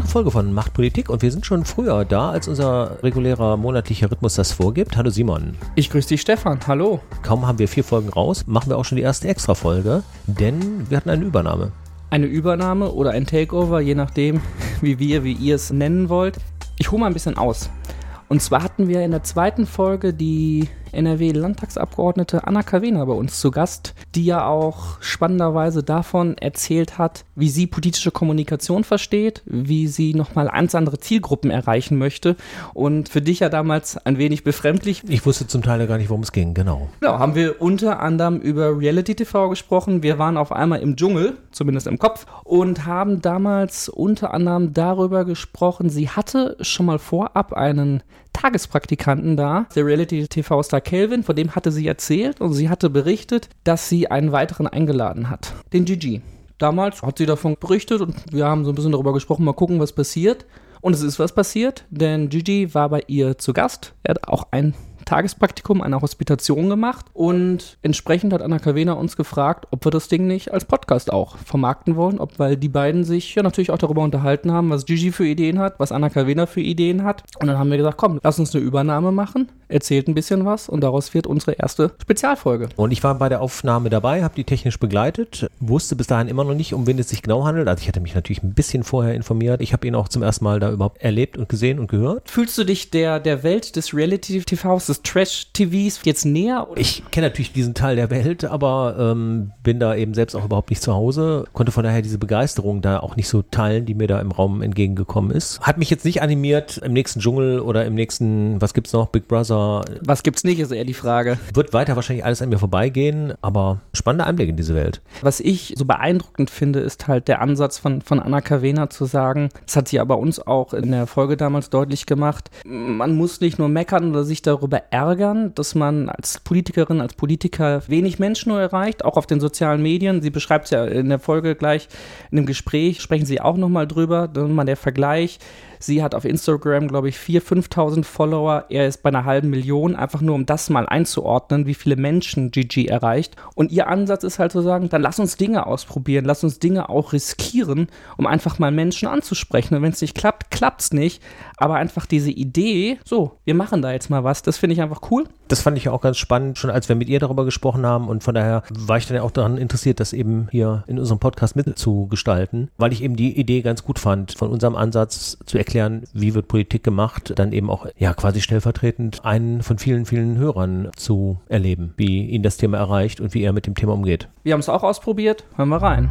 weitere Folge von Macht Politik und wir sind schon früher da, als unser regulärer monatlicher Rhythmus das vorgibt. Hallo Simon. Ich grüße dich Stefan, hallo. Kaum haben wir 4 Folgen raus, machen wir auch schon die erste Extra-Folge, denn wir hatten eine Übernahme. Eine Übernahme oder ein Takeover, je nachdem, wie ihr es nennen wollt. Ich hole mal ein bisschen aus. Und zwar hatten wir in der zweiten Folge die NRW-Landtagsabgeordnete Anna Kawena bei uns zu Gast, die ja auch spannenderweise davon erzählt hat, wie sie politische Kommunikation versteht, wie sie nochmal ganz andere Zielgruppen erreichen möchte und für dich ja damals ein wenig befremdlich. Ich wusste zum Teil gar nicht, worum es ging, genau. Genau, haben wir unter anderem über Reality-TV gesprochen. Wir waren auf einmal im Dschungel, zumindest im Kopf, und haben damals unter anderem darüber gesprochen, sie hatte schon mal vorab einen Tagespraktikanten da, der Reality-TV-Star Kelvin, von dem hatte sie erzählt und sie hatte berichtet, dass sie einen weiteren eingeladen hat, den Gigi. Damals hat sie davon berichtet und wir haben so ein bisschen darüber gesprochen, mal gucken, was passiert. Und es ist was passiert, denn Gigi war bei ihr zu Gast. Er hat auch ein Tagespraktikum, eine Hospitation gemacht und entsprechend hat Anna Kawena uns gefragt, ob wir das Ding nicht als Podcast auch vermarkten wollen, weil die beiden sich ja natürlich auch darüber unterhalten haben, was Gigi für Ideen hat, was Anna Kawena für Ideen hat und dann haben wir gesagt, komm, lass uns eine Übernahme machen, erzählt ein bisschen was und daraus wird unsere erste Spezialfolge. Und ich war bei der Aufnahme dabei, habe die technisch begleitet, wusste bis dahin immer noch nicht, um wen es sich genau handelt, also ich hatte mich natürlich ein bisschen vorher informiert, ich habe ihn auch zum ersten Mal da überhaupt erlebt und gesehen und gehört. Fühlst du dich der Welt des Reality-TVs, des Trash-TVs jetzt näher? Oder? Ich kenne natürlich diesen Teil der Welt, aber bin da eben selbst auch überhaupt nicht zu Hause. Konnte von daher diese Begeisterung da auch nicht so teilen, die mir da im Raum entgegengekommen ist. Hat mich jetzt nicht animiert, im nächsten Dschungel oder im nächsten, was gibt's noch, Big Brother. Was gibt's nicht, ist eher die Frage. Wird weiter wahrscheinlich alles an mir vorbeigehen, aber spannender Einblick in diese Welt. Was ich so beeindruckend finde, ist halt der Ansatz von Anna Kawena zu sagen, das hat sie aber uns auch in der Folge damals deutlich gemacht, man muss nicht nur meckern oder sich darüber ärgern, dass man als Politikerin, als Politiker wenig Menschen nur erreicht, auch auf den sozialen Medien. Sie beschreibt es ja in der Folge gleich in dem Gespräch, sprechen Sie auch nochmal drüber, dann mal der Vergleich. Sie hat auf Instagram, glaube ich, 4.000, 5.000 Follower. Er ist bei einer halben Million, einfach nur um das mal einzuordnen, wie viele Menschen Gigi erreicht. Und ihr Ansatz ist halt zu sagen, dann lass uns Dinge ausprobieren, lass uns Dinge auch riskieren, um einfach mal Menschen anzusprechen. Und wenn es nicht klappt, klappt es nicht. Aber einfach diese Idee, so, wir machen da jetzt mal was, das finde ich einfach cool. Das fand ich auch ganz spannend, schon als wir mit ihr darüber gesprochen haben und von daher war ich dann ja auch daran interessiert, das eben hier in unserem Podcast mitzugestalten, weil ich eben die Idee ganz gut fand, von unserem Ansatz zu erklären, wie wird Politik gemacht, dann eben auch ja quasi stellvertretend einen von vielen, vielen Hörern zu erleben, wie ihn das Thema erreicht und wie er mit dem Thema umgeht. Wir haben es auch ausprobiert, hören wir rein.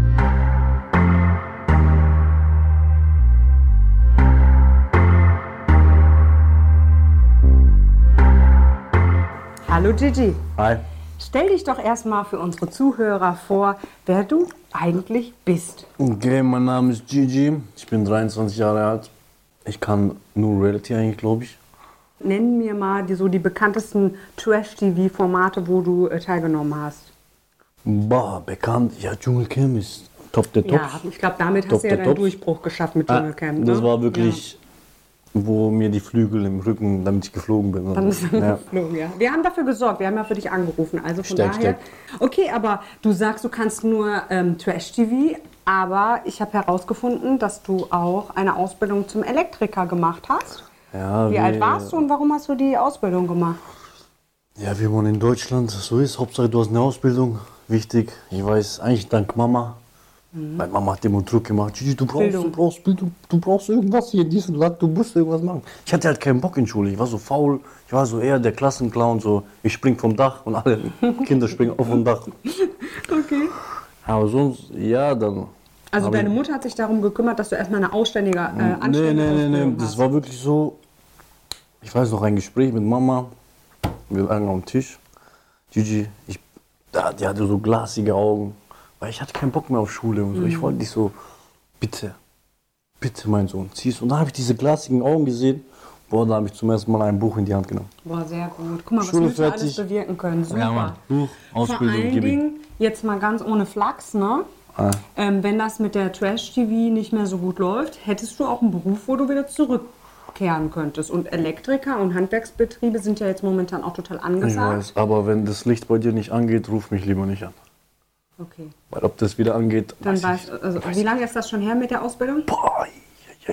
Hallo Gigi. Hi. Stell dich doch erstmal für unsere Zuhörer vor, wer du eigentlich bist. Okay, mein Name ist Gigi, ich bin 23 Jahre alt. Ich kann nur Reality eigentlich, glaube ich. Nenn mir mal die bekanntesten Trash-TV-Formate, wo du teilgenommen hast. Bah, bekannt. Ja, Dschungelcamp ist Top der Tops. Ja, ich glaube, damit Top hast du ja der deinen Tops. Durchbruch geschafft mit Dschungelcamp. Ne? Das war wirklich, wo mir die Flügel im Rücken, damit ich geflogen bin. Dann bist du geflogen, ja. Wir haben dafür gesorgt, wir haben ja für dich angerufen. Also von Steck, daher. steck. Okay, aber du sagst, du kannst nur Trash-TV, aber ich habe herausgefunden, dass du auch eine Ausbildung zum Elektriker gemacht hast. Ja, Wie alt warst du und warum hast du die Ausbildung gemacht? Ja, wie man in Deutschland so ist. Hauptsache, du hast eine Ausbildung. Wichtig. Ich weiß, eigentlich dank Mama. Meine Mama hat immer Druck gemacht. Gigi, du brauchst irgendwas hier in diesem Land. Du musst irgendwas machen. Ich hatte halt keinen Bock in Schule. Ich war so faul. Ich war so eher der Klassenclown. So, ich spring vom Dach und alle Kinder springen auf vom Dach. Okay. Aber sonst, ja, dann... Also deine Mutter hat sich darum gekümmert, dass du erstmal eine anständige Nee. Das war wirklich so... Ich weiß noch, ein Gespräch mit Mama. Wir lagen am Tisch. Gigi, die hatte so glasige Augen. Weil ich hatte keinen Bock mehr auf Schule und so. Ich wollte nicht so, bitte, mein Sohn, zieh's. Und da habe ich diese glasigen Augen gesehen. Boah, da habe ich zum ersten Mal ein Buch in die Hand genommen. Boah, sehr gut. Guck mal, was Schule wir alles fertig. bewirken können. Super. Ja, Mann. Buch, Ausbildung, Vor allen Dingen, jetzt mal ganz ohne Flachs, ne? Wenn das mit der Trash-TV nicht mehr so gut läuft, hättest du auch einen Beruf, wo du wieder zurückkehren könntest. Und Elektriker und Handwerksbetriebe sind ja jetzt momentan auch total angesagt. Ich weiß, aber wenn das Licht bei dir nicht angeht, ruf mich lieber nicht an. Okay. Weil ob das wieder angeht, Dann wie lange ist das schon her mit der Ausbildung? Boah,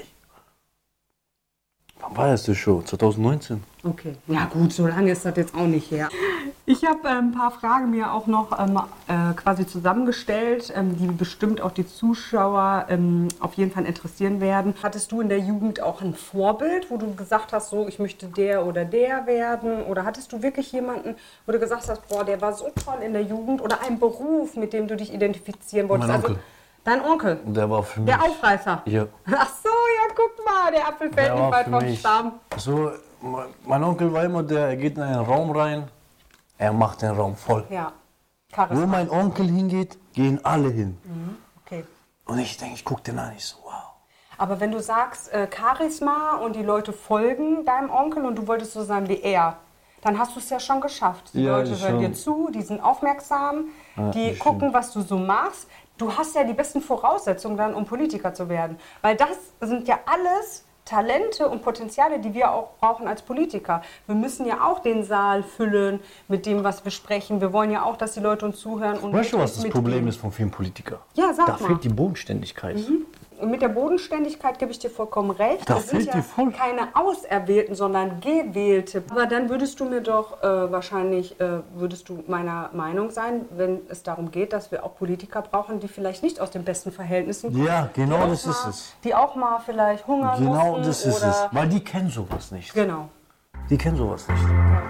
Wann war das Show? 2019? Okay, ja gut, so lange ist das jetzt auch nicht her. Ich habe ein paar Fragen mir auch noch quasi zusammengestellt, die bestimmt auch die Zuschauer auf jeden Fall interessieren werden. Hattest du in der Jugend auch ein Vorbild, wo du gesagt hast, so ich möchte der oder der werden? Oder hattest du wirklich jemanden, wo du gesagt hast, boah, der war so toll in der Jugend? Oder einen Beruf, mit dem du dich identifizieren wolltest? Mein Onkel. Dein Onkel? Der war für mich... Der Aufreißer? Ja. Ach so, ja guck mal, der Apfel fällt nicht weit vom Stamm. So, mein Onkel war immer der, er geht in einen Raum rein, er macht den Raum voll. Ja. Wo Charisma. mein Onkel hingeht, gehen alle hin. Okay. Und ich denke, ich gucke den an, ich so, wow. Aber wenn du sagst Charisma und die Leute folgen deinem Onkel und du wolltest so sein wie er, dann hast du es ja schon geschafft. Die Ja, Leute hören dir zu, die sind aufmerksam, die gucken, was du so machst. Du hast ja die besten Voraussetzungen dann, um Politiker zu werden. Weil das sind ja alles Talente und Potenziale, die wir auch brauchen als Politiker. Wir müssen ja auch den Saal füllen mit dem, was wir sprechen. Wir wollen ja auch, dass die Leute uns zuhören. Und Weißt du, was das mitgehen. Problem ist von vielen Politikern? Ja, sag Da mal. fehlt die Bodenständigkeit. Und mit der Bodenständigkeit gebe ich dir vollkommen recht. Da Das sind fehlt die voll. keine Auserwählten, sondern Gewählte. Aber dann würdest du mir doch wahrscheinlich, würdest du meiner Meinung sein, wenn es darum geht, dass wir auch Politiker brauchen, die vielleicht nicht aus den besten Verhältnissen kommen. Ja, genau Die auch das ist mal- es. Die auch mal vielleicht hungern Genau mussten das ist oder es. Weil die kennen sowas nicht. Genau. Die kennen sowas nicht.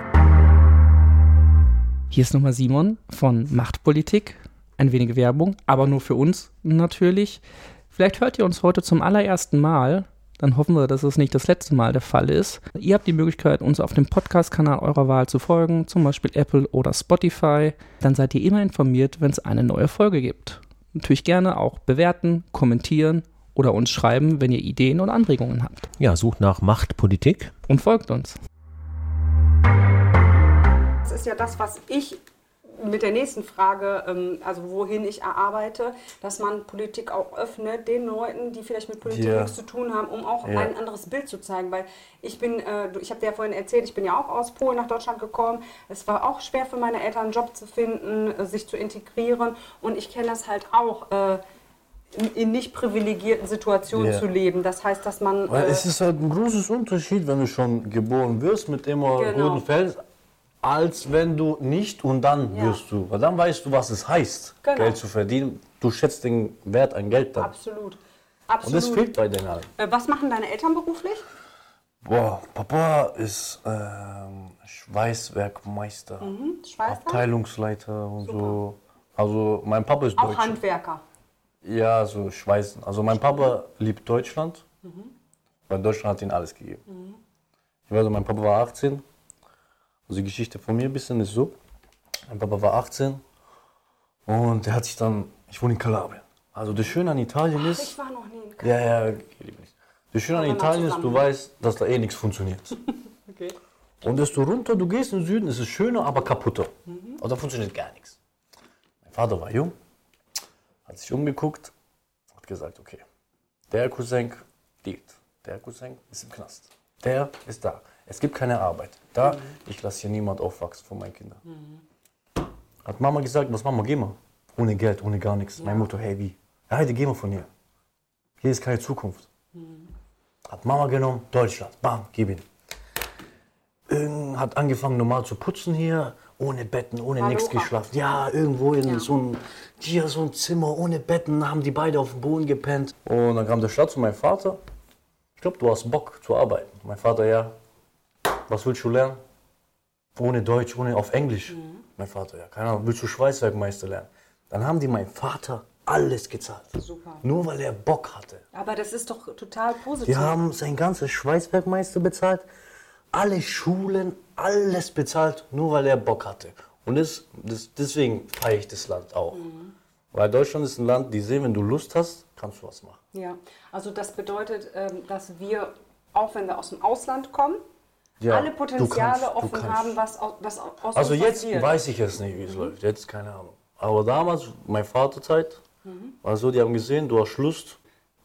Hier ist nochmal Simon von Machtpolitik. Ein wenig Werbung, aber nur für uns natürlich. Vielleicht hört ihr uns heute zum allerersten Mal. Dann hoffen wir, dass es nicht das letzte Mal der Fall ist. Ihr habt die Möglichkeit, uns auf dem Podcast-Kanal eurer Wahl zu folgen, zum Beispiel Apple oder Spotify. Dann seid ihr immer informiert, wenn es eine neue Folge gibt. Natürlich gerne auch bewerten, kommentieren oder uns schreiben, wenn ihr Ideen und Anregungen habt. Ja, sucht nach Machtpolitik. Und folgt uns. Das ist ja das, was ich mit der nächsten Frage, also wohin ich erarbeite, dass man Politik auch öffnet, den Leuten, die vielleicht mit Politik Ja. nichts zu tun haben, um auch Ja. ein anderes Bild zu zeigen. Weil ich habe dir ja vorhin erzählt, ich bin ja auch aus Polen nach Deutschland gekommen. Es war auch schwer für meine Eltern, einen Job zu finden, sich zu integrieren. Und ich kenne das halt auch, in nicht privilegierten Situationen Ja. zu leben. Das heißt, dass man... Weil es ist halt ein großes Unterschied, wenn du schon geboren wirst mit immer Genau. guten Verhältnissen, als wenn du nicht und dann Ja. wirst du. Weil dann weißt du, was es heißt, Genau. Geld zu verdienen. Du schätzt den Wert an Geld dann. Absolut. Und Absolut. das fehlt bei denen halt. Was machen deine Eltern beruflich? Boah, Papa ist Schweißwerkmeister, Schweißer? Abteilungsleiter und so. Also mein Papa ist Auch Deutscher. Handwerker. Ja, so Schweißen. Also mein Papa liebt Deutschland, weil Deutschland hat ihm alles gegeben. Ich weiß, mein Papa war 18. Also die Geschichte von mir ein bisschen ist so. Mein Papa war 18 und der hat sich dann, ich wohne in Kalabrien. Also das Schöne an Italien ist, Ich war noch nie in Köln. ja, liebe nicht. Das Schöne an Wollen wir mal Italien ist, du zusammen? weißt, dass da nichts funktioniert. Okay. Und desto runter du gehst in den Süden, ist es schöner, aber kaputter. Und da funktioniert gar nichts. Mein Vater war jung, hat sich umgeguckt, hat gesagt, okay, der Cousin dealt, der Cousin ist im Knast, der ist da. Es gibt keine Arbeit. Da, ich lasse hier niemand aufwachsen von meinen Kindern. Hat Mama gesagt, was Mama, geh mal. Ohne Geld, ohne gar nichts. Meine Mutter, hey, wie? Ja, heute geh mal von hier. Hier ist keine Zukunft. Hat Mama genommen, Deutschland, bam, gib ihn. Hat angefangen normal zu putzen hier, ohne Betten, ohne nichts Aloha. geschlafen. Ja, irgendwo in so ein Zimmer ohne Betten, haben die beide auf dem Boden gepennt. Und dann kam der Stadt zu meinem Vater. Ich glaube, du hast Bock zu arbeiten. Mein Vater, ja, was willst du lernen? Ohne Deutsch, ohne auf Englisch. Mein Vater, ja, keine Ahnung, willst du Schweißwerkmeister lernen? Dann haben die meinem Vater alles gezahlt. Super. Nur weil er Bock hatte. Aber das ist doch total positiv. Die haben sein ganzes Schweißwerkmeister bezahlt, alle Schulen, alles bezahlt, nur weil er Bock hatte. Und deswegen feiere ich das Land auch. Weil Deutschland ist ein Land, die sehen, wenn du Lust hast, kannst du was machen. Ja, also das bedeutet, dass wir, auch wenn wir aus dem Ausland kommen, Ja, alle Potenziale du offen kannst. haben, was aus Also uns jetzt passiert. weiß ich es nicht, wie es läuft. Jetzt keine Ahnung. Aber damals, meine Vaterzeit, war so, die haben gesehen, du hast Lust,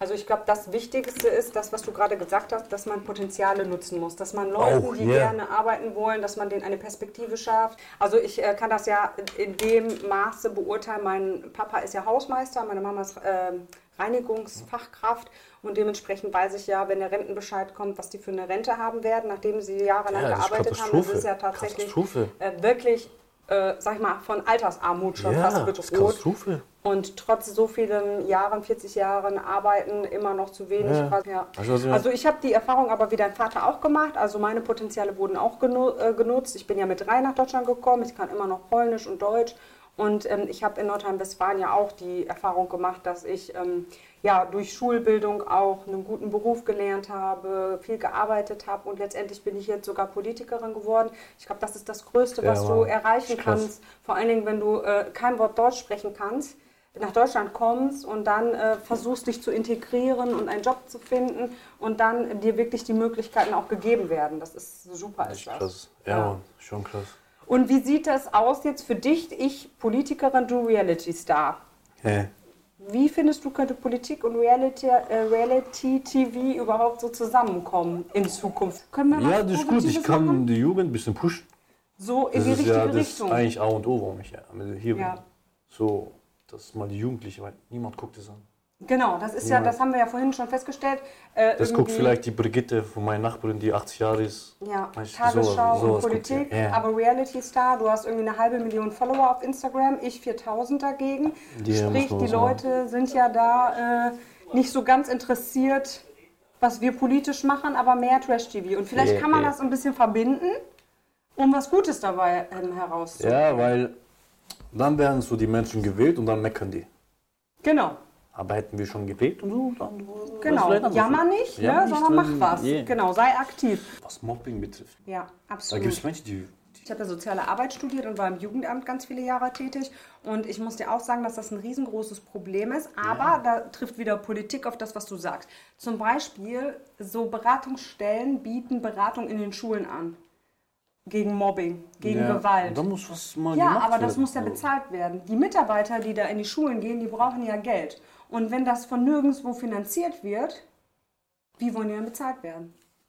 Also ich glaube, das Wichtigste ist das, was du gerade gesagt hast, dass man Potenziale nutzen muss, dass man Leuten, die gerne arbeiten wollen, dass man denen eine Perspektive schafft. Also ich kann das ja in dem Maße beurteilen. Mein Papa ist ja Hausmeister, meine Mama ist Reinigungsfachkraft und dementsprechend weiß ich ja, wenn der Rentenbescheid kommt, was die für eine Rente haben werden, nachdem sie jahrelang gearbeitet haben. Das ist ja tatsächlich wirklich, sag ich mal, von Altersarmut schon fast bedroht. Und trotz so vielen Jahren, 40 Jahren Arbeiten, immer noch zu wenig. Ja. Also ich habe die Erfahrung aber wie dein Vater auch gemacht. Also meine Potenziale wurden auch genutzt. Ich bin ja mit 3 nach Deutschland gekommen. Ich kann immer noch Polnisch und Deutsch. Und ich habe in Nordrhein-Westfalen ja auch die Erfahrung gemacht, dass ich durch Schulbildung auch einen guten Beruf gelernt habe, viel gearbeitet habe und letztendlich bin ich jetzt sogar Politikerin geworden. Ich glaube, das ist das Größte, was du erreichen kannst. Vor allen Dingen, wenn du kein Wort Deutsch sprechen kannst, nach Deutschland kommst und dann versuchst, dich zu integrieren und einen Job zu finden und dann dir wirklich die Möglichkeiten auch gegeben werden. Das ist super. Das ist krass. Ja, schon krass. Und wie sieht das aus jetzt für dich? Ich, Politikerin, du Reality-Star. Wie findest du, könnte Politik und Reality-TV überhaupt so zusammenkommen in Zukunft? Können wir das ist gut. Ich kann die Jugend ein bisschen pushen. So in die richtige Richtung. Das ist eigentlich A und O, warum ich hier bin. So, dass mal die Jugendlichen, weil niemand guckt es an. Genau, das ist das haben wir ja vorhin schon festgestellt. Das guckt vielleicht die Brigitte von meiner Nachbarin, die 80 Jahre ist. Ja, Tagesschau und Politik, aber Reality Star, du hast irgendwie 500.000 Follower auf Instagram, ich 4.000 dagegen. Sprich, die Leute sind ja da nicht so ganz interessiert, was wir politisch machen, aber mehr Trash-TV. Und vielleicht kann man das ein bisschen verbinden, um was Gutes dabei herauszuholen. Ja, weil dann werden so die Menschen gewählt und dann meckern die. Genau. Aber hätten wir schon gewählt und so, dann... Genau, jammer nicht, sondern mach was. Genau, sei aktiv. Was Mobbing betrifft. Ja, absolut. Da gibt es Menschen, die... Ich habe ja soziale Arbeit studiert und war im Jugendamt ganz viele Jahre tätig. Und ich muss dir auch sagen, dass das ein riesengroßes Problem ist. Aber da trifft wieder Politik auf das, was du sagst. Zum Beispiel, so Beratungsstellen bieten Beratung in den Schulen an. Gegen Mobbing, gegen Gewalt. Da muss was mal gemacht aber das werden. muss ja bezahlt werden. Die Mitarbeiter, die da in die Schulen gehen, die brauchen ja Geld. Und wenn das von nirgendwo finanziert wird, wie wollen die dann bezahlt werden?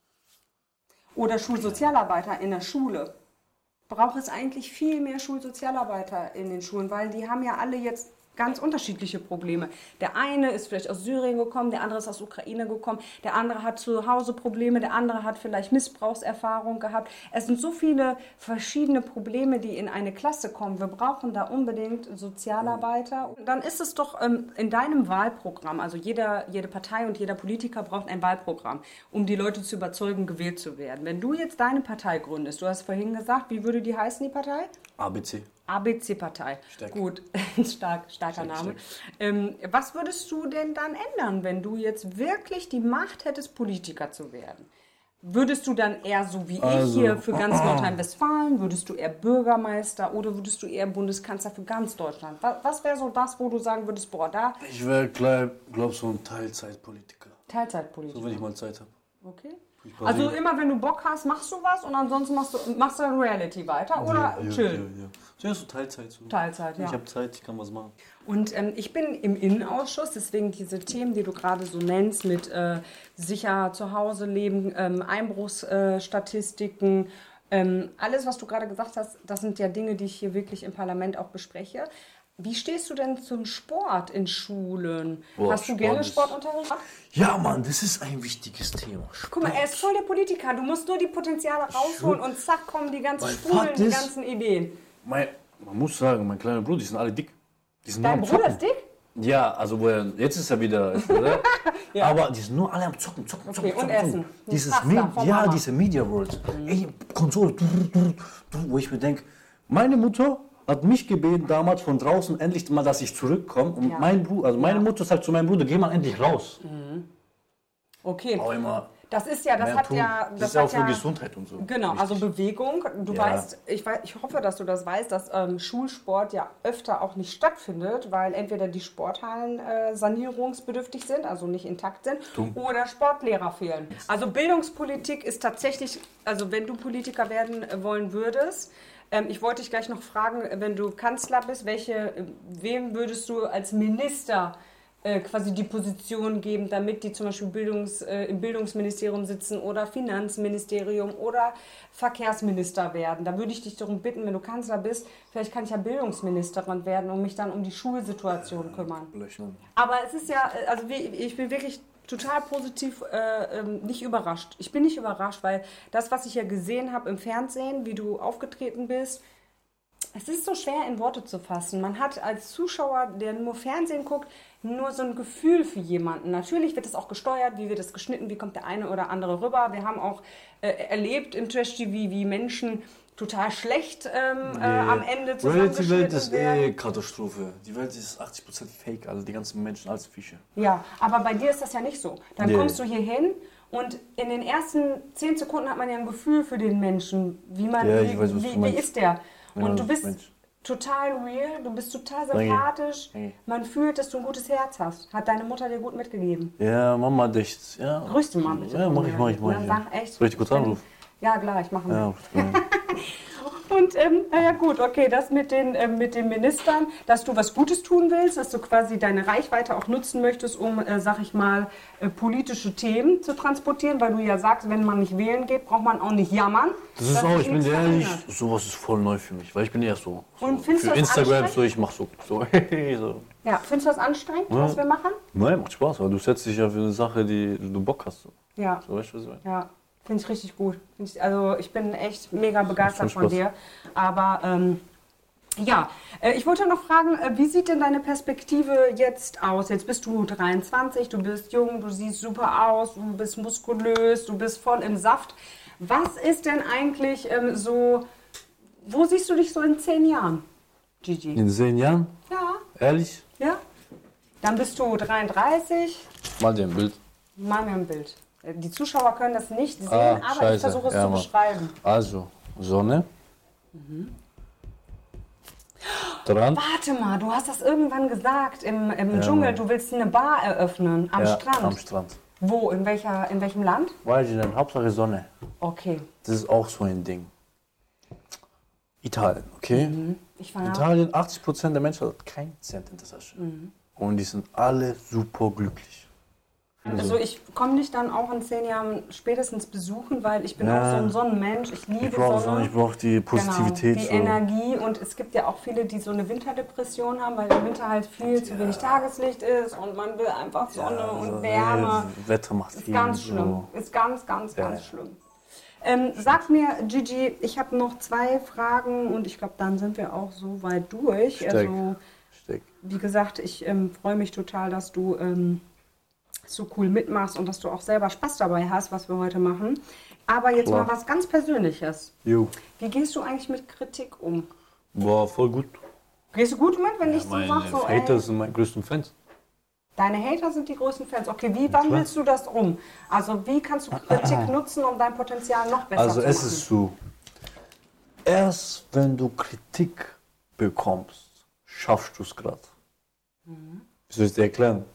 Oder Schulsozialarbeiter in der Schule. Braucht es eigentlich viel mehr Schulsozialarbeiter in den Schulen, weil die haben ja alle jetzt ganz unterschiedliche Probleme. Der eine ist vielleicht aus Syrien gekommen, der andere ist aus Ukraine gekommen, der andere hat zu Hause Probleme, der andere hat vielleicht Missbrauchserfahrung gehabt. Es sind so viele verschiedene Probleme, die in eine Klasse kommen. Wir brauchen da unbedingt Sozialarbeiter. Und dann ist es doch in deinem Wahlprogramm, also jede Partei und jeder Politiker braucht ein Wahlprogramm, um die Leute zu überzeugen, gewählt zu werden. Wenn du jetzt deine Partei gründest, du hast vorhin gesagt, wie würde die heißen, die Partei? ABC. ABC-Partei. Gut, starker Name. Was würdest du denn dann ändern, wenn du jetzt wirklich die Macht hättest, Politiker zu werden? Würdest du dann eher so wie ich hier für ganz Nordrhein-Westfalen, würdest du eher Bürgermeister oder würdest du eher Bundeskanzler für ganz Deutschland? Was wäre so das, wo du sagen würdest, Ich wäre, glaube so ein Teilzeitpolitiker. Teilzeitpolitiker? So, wenn ich mal Zeit habe. Okay. Also immer, wenn du Bock hast, machst du was und ansonsten machst du dann Reality weiter oder chill? Ja, so Teilzeit. So. Teilzeit, ja. Ich habe Zeit, ich kann was machen. Und ich bin im Innenausschuss, deswegen diese Themen, die du gerade so nennst, mit sicher zu Hause leben, Einbruchsstatistiken, alles, was du gerade gesagt hast, das sind ja Dinge, die ich hier wirklich im Parlament auch bespreche. Wie stehst du denn zum Sport in Schulen? Hast du gerne Sportunterricht? Ja, Mann, das ist ein wichtiges Thema. Sport. Guck mal, er ist voll der Politiker. Du musst nur die Potenziale rausholen und zack, kommen die ganzen Spulen, die ganzen Ideen. Man muss sagen, mein kleiner Bruder, die sind alle dick. Dein Bruder ist dick? Ja, also jetzt ist er wieder, oder? Ja. Aber die sind nur alle am Zocken. Und essen. Diese Media World. Ey, Konsole, wo ich mir denke, meine Mutter hat mich gebeten damals von draußen endlich mal, dass ich zurückkomme. Und meine Mutter sagt zu meinem Bruder, geh mal endlich raus. Mhm. Okay. Auch immer. Das ist ja, das ist ja auch für Gesundheit und so. Genau, wichtig. Also Bewegung. Du weißt, ich hoffe, dass du das weißt, dass Schulsport ja öfter auch nicht stattfindet, weil entweder die Sporthallen sanierungsbedürftig sind, also nicht intakt sind, oder Sportlehrer fehlen. Also Bildungspolitik ist tatsächlich, also wenn du Politiker werden wollen würdest, ich wollte dich gleich noch fragen, wenn du Kanzler bist, wem würdest du als Minister quasi die Position geben, damit die zum Beispiel im Bildungsministerium sitzen oder Finanzministerium oder Verkehrsminister werden. Da würde ich dich darum bitten, wenn du Kanzler bist, vielleicht kann ich ja Bildungsministerin werden und mich dann um die Schulsituation kümmern. Aber es ist ja, also ich bin wirklich total positiv nicht überrascht. Ich bin nicht überrascht, weil das, was ich ja gesehen habe im Fernsehen, wie du aufgetreten bist, es ist so schwer in Worte zu fassen. Man hat als Zuschauer, der nur Fernsehen guckt, nur so ein Gefühl für jemanden. Natürlich wird es auch gesteuert, wie wird es geschnitten, wie kommt der eine oder andere rüber. Wir haben auch erlebt im Trash-TV, wie Menschen total schlecht am Ende zusammengeschnitten Die Welt ist werden. Katastrophe. Die Welt ist 80% Fake, also die ganzen Menschen als Fische. Ja, aber bei dir ist das ja nicht so. Dann kommst du hier hin und in den ersten 10 Sekunden hat man ja ein Gefühl für den Menschen, wie ist der? Und du bist total real, du bist total sympathisch. Man fühlt, dass du ein gutes Herz hast. Hat deine Mutter dir gut mitgegeben? Ja, Mama dicht. Ja. Grüß du mal bitte. Ja, mach ich. Sag echt. Soll ich dich kurz anrufen? Ja, klar, ich mache mal. Ja, Und ja gut, okay, das mit den Ministern, dass du was Gutes tun willst, dass du quasi deine Reichweite auch nutzen möchtest, um, sag ich mal, politische Themen zu transportieren, weil du ja sagst, wenn man nicht wählen geht, braucht man auch nicht jammern. Das ist auch, ich bin ehrlich, sowas ist voll neu für mich, weil ich bin eher so Und findest für du das Instagram so, ich mach so. Ja, findest du das anstrengend, was wir machen? Nein, macht Spaß, aber du setzt dich ja für eine Sache, die du Bock hast. So. Ja. So, weißt du, was ich meine? Ja, finde ich richtig gut. Also ich bin echt mega begeistert von dir. Aber ja, ich wollte noch fragen, wie sieht denn deine Perspektive jetzt aus? Jetzt bist du 23, du bist jung, du siehst super aus, du bist muskulös, du bist voll im Saft. Was ist denn eigentlich wo siehst du dich so in 10 Jahren, Gigi? In 10 Jahren? Ja. Ehrlich? Ja? Dann bist du 33. Mal dir ein Bild. Mal mir ein Bild. Die Zuschauer können das nicht sehen, aber Scheiße. ich versuche es Ja, zu Mann. beschreiben. Also, Sonne. Strand. Warte mal, du hast das irgendwann gesagt im Dschungel, du willst eine Bar eröffnen am Strand. Am Strand. Wo? In welchem Land? Weiß ich nicht, Hauptsache Sonne. Okay. Das ist auch so ein Ding. Italien, okay? Ich war Italien, 80% der Menschen hat keinen Cent in der Tasche. Und die sind alle super glücklich. Also ich komme dich dann auch in 10 Jahren spätestens besuchen, weil ich bin auch so ein Sonnenmensch. Ich liebe Sonne. Ich brauche die Positivität. Genau, die Energie. Und es gibt ja auch viele, die so eine Winterdepression haben, weil im Winter halt viel zu wenig Tageslicht ist und man will einfach Sonne und Wärme. Wetter macht viel. Ist ganz schlimm. Ist ganz schlimm. Sag mir, Gigi, ich habe noch 2 Fragen und ich glaube, dann sind wir auch so weit durch. Steck. Wie gesagt, ich freue mich total, dass du so cool mitmachst und dass du auch selber Spaß dabei hast, was wir heute machen. Aber jetzt mal was ganz Persönliches. Jo. Wie gehst du eigentlich mit Kritik um? Boah, voll gut. Gehst du gut mit, wenn ich so sage, so, Hater sind meine größten Fans. Deine Hater sind die größten Fans. Okay, wie wandelst du das um? Also wie kannst du Kritik nutzen, um dein Potenzial noch besser zu machen? Also es ist so, erst wenn du Kritik bekommst, schaffst du es gerade. Wie soll ich dir erklären?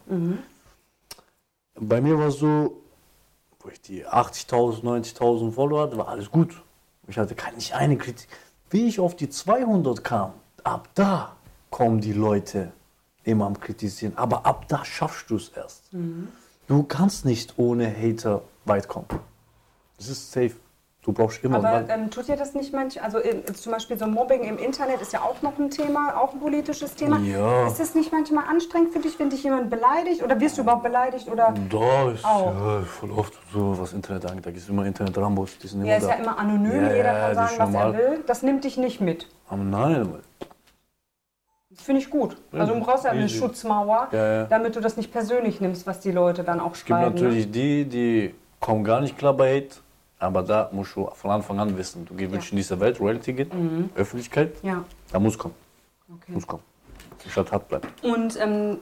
Bei mir war es so, wo ich die 80.000, 90.000 Follower hatte, war alles gut. Ich hatte nicht eine Kritik. Wie ich auf die 200 kam, ab da kommen die Leute immer am Kritisieren. Aber ab da schaffst du es erst. Du kannst nicht ohne Hater weit kommen. Das ist safe. Du brauchst immer. Aber tut dir das nicht manchmal, also zum Beispiel so Mobbing im Internet ist ja auch noch ein Thema, auch ein politisches Thema. Ja. Ist das nicht manchmal anstrengend für dich, wenn dich jemand beleidigt? Oder wirst du überhaupt beleidigt? Oder? Da ist auch. ja voll oft so, was Internet angeht. Da gibt es immer Internet-Rambos. Die sind immer Ja, ist da. ja immer anonym, Ja, jeder das kann ist sagen, was er normal. will. Das nimmt dich nicht mit. Aber nein, Finde ich gut. Also du brauchst ja eine easy. Schutzmauer, Ja. damit du das nicht persönlich nimmst, was die Leute dann auch es gibt schreiben. natürlich die kommen gar nicht klar bei Hate. Aber da musst du von Anfang an wissen, du willst in dieser Welt Reality gehen, Öffentlichkeit, Ne? Ja. da muss kommen. Okay. Muss kommen. Statt hart bleiben. Und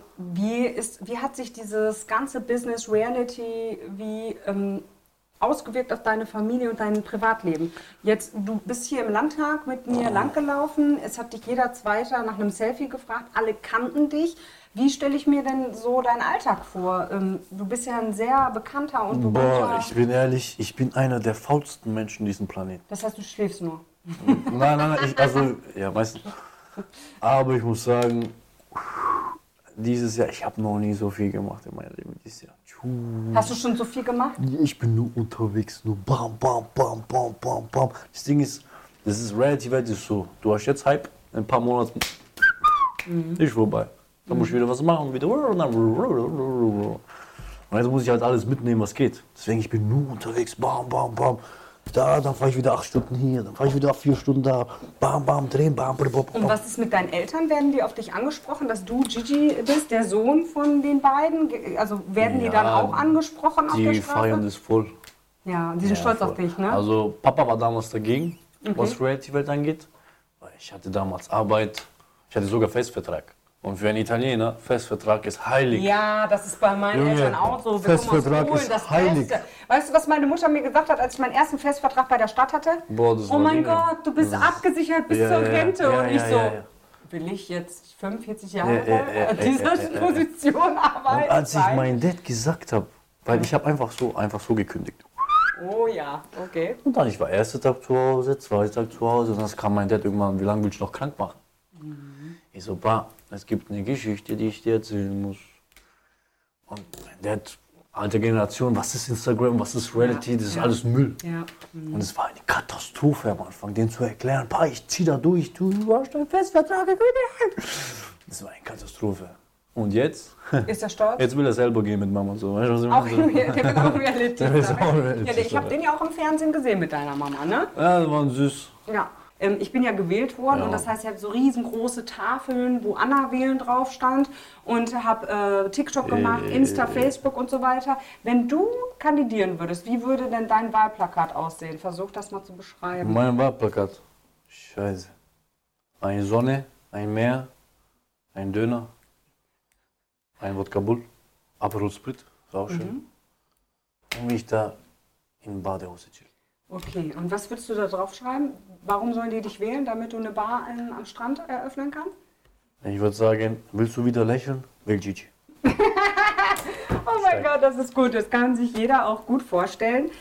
wie hat sich dieses ganze Business Reality ausgewirkt auf deine Familie und dein Privatleben? Jetzt, du bist hier im Landtag mit mir langgelaufen, es hat dich jeder Zweite nach einem Selfie gefragt, alle kannten dich. Wie stelle ich mir denn so deinen Alltag vor? Du bist ja ein sehr bekannter und berühmter... Boah, ich bin ehrlich, ich bin einer der faulsten Menschen diesem Planeten. Das heißt, du schläfst nur. Nein, ja, meistens. Aber ich muss sagen, dieses Jahr, ich habe noch nie so viel gemacht in meinem Leben dieses Jahr. Hast du schon so viel gemacht? Ich bin nur unterwegs, nur bam, bam, bam, bam, bam, bam. Das Ding ist, das ist relativ weit ist so. Du hast jetzt Hype, in ein paar Monaten ist vorbei. Dann muss ich wieder was machen, wieder. Und jetzt muss ich halt alles mitnehmen, was geht. Deswegen, ich bin nur unterwegs, bam, bam, bam. Da, dann fahre ich wieder 8 Stunden hier, dann fahre ich wieder 4 Stunden da, bam, bam, drehen, bam, bam, bam. Und was ist mit deinen Eltern? Werden die auf dich angesprochen, dass du Gigi bist, der Sohn von den beiden? Also werden die dann auch angesprochen auf der Straße? Die feiern das voll. Ja, die sind stolz auf dich, ne? Also Papa war damals dagegen, was Reality-Welt angeht. Weil ich hatte damals Arbeit, ich hatte sogar Festvertrag. Und für einen Italiener, Festvertrag ist heilig. Ja, das ist bei meinen Eltern auch so. Festvertrag ist das heilig. Beste. Weißt du, was meine Mutter mir gesagt hat, als ich meinen ersten Festvertrag bei der Stadt hatte? Boah, das oh mein Gott, du bist abgesichert bis zur Rente. Und ich so, will ich jetzt 45 Jahre in dieser Position arbeiten? Und als ich meinem Dad gesagt habe, weil ich habe einfach so gekündigt. Oh ja, okay. Und dann, ich war erster Tag zu Hause, zweiter Tag zu Hause. Und dann kam mein Dad irgendwann, wie lange willst du noch krank machen? Ich so, es gibt eine Geschichte, die ich dir erzählen muss. Und mein Dad, alte Generation, was ist Instagram, was ist Reality, das ist alles Müll. Ja. Und es war eine Katastrophe am Anfang, denen zu erklären, ich zieh da durch, du hast deinen Festvertrag gekündigt. Das war eine Katastrophe. Und jetzt? Ist er stolz? Jetzt will er selber gehen mit Mama und so. Weißt du, was ich meine? Der will auch Reality. Ja, ich habe den ja auch im Fernsehen gesehen mit deiner Mama, ne? Ja, das war süß. Ja. Ich bin ja gewählt worden und das heißt, ich habe so riesengroße Tafeln, wo Anna wählen drauf stand und habe TikTok gemacht, Insta, Facebook und so weiter. Wenn du kandidieren würdest, wie würde denn dein Wahlplakat aussehen? Versuch das mal zu beschreiben. Mein Wahlplakat? Scheiße. Eine Sonne, ein Meer, ein Döner, ein Wodka Bull, Aperol Sprit, ist auch schön. Und wie ich da in Badehose chill. Okay, und was würdest du da drauf schreiben? Warum sollen die dich wählen, damit du eine Bar am Strand eröffnen kannst? Ich würde sagen, willst du wieder lächeln? Wähl Gigi. Oh mein Gott, das ist gut. Das kann sich jeder auch gut vorstellen.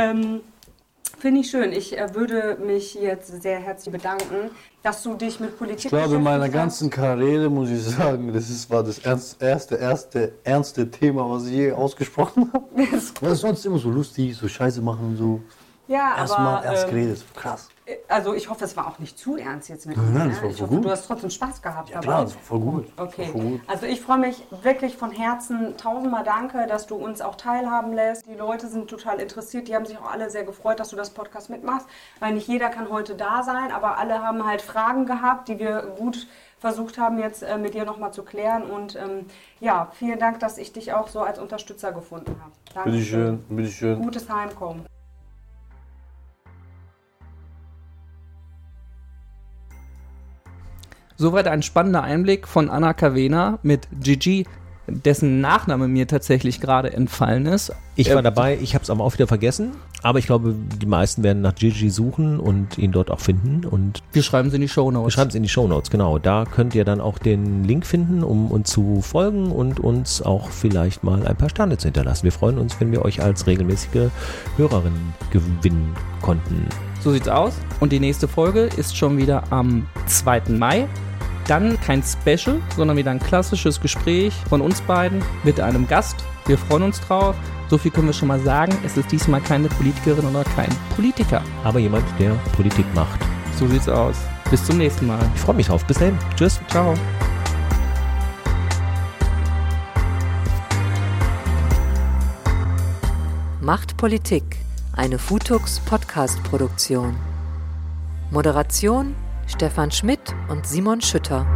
Finde ich schön. Ich würde mich jetzt sehr herzlich bedanken, dass du dich mit Politik beschäftigt hast. Ich glaube, in meiner ganzen Karriere muss ich sagen, war das erste ernste Thema, was ich je ausgesprochen habe. Weil es sonst immer so lustig, so Scheiße machen und so. Ja, Erstmal ernst geredet, krass. Also ich hoffe, es war auch nicht zu ernst jetzt mit Nein, mir. das war Ich voll hoffe, gut. du hast trotzdem Spaß gehabt. Ja klar, das war voll gut. Okay, voll gut. Also ich freue mich wirklich von Herzen, tausendmal danke, dass du uns auch teilhaben lässt. Die Leute sind total interessiert, die haben sich auch alle sehr gefreut, dass du das Podcast mitmachst, weil nicht jeder kann heute da sein, aber alle haben halt Fragen gehabt, die wir gut versucht haben jetzt mit dir nochmal zu klären und ja, vielen Dank, dass ich dich auch so als Unterstützer gefunden habe. Danke. Bitteschön. Gutes Heimkommen. Soweit ein spannender Einblick von Anna Kavena mit Gigi, dessen Nachname mir tatsächlich gerade entfallen ist. Ich war dabei, ich habe es aber auch wieder vergessen, aber ich glaube, die meisten werden nach Gigi suchen und ihn dort auch finden. Und wir schreiben es in die Shownotes. Wir schreiben es in die Shownotes, genau. Da könnt ihr dann auch den Link finden, um uns zu folgen und uns auch vielleicht mal ein paar Sterne zu hinterlassen. Wir freuen uns, wenn wir euch als regelmäßige Hörerin gewinnen konnten. So sieht's aus. Und die nächste Folge ist schon wieder am 2. Mai. Dann kein Special, sondern wieder ein klassisches Gespräch von uns beiden mit einem Gast. Wir freuen uns drauf. So viel können wir schon mal sagen. Es ist diesmal keine Politikerin oder kein Politiker. Aber jemand, der Politik macht. So sieht's aus. Bis zum nächsten Mal. Ich freue mich drauf. Bis dahin. Tschüss. Ciao. Macht Politik. Eine Futux Podcast-Produktion. Moderation Stefan Schmidt und Simon Schütter.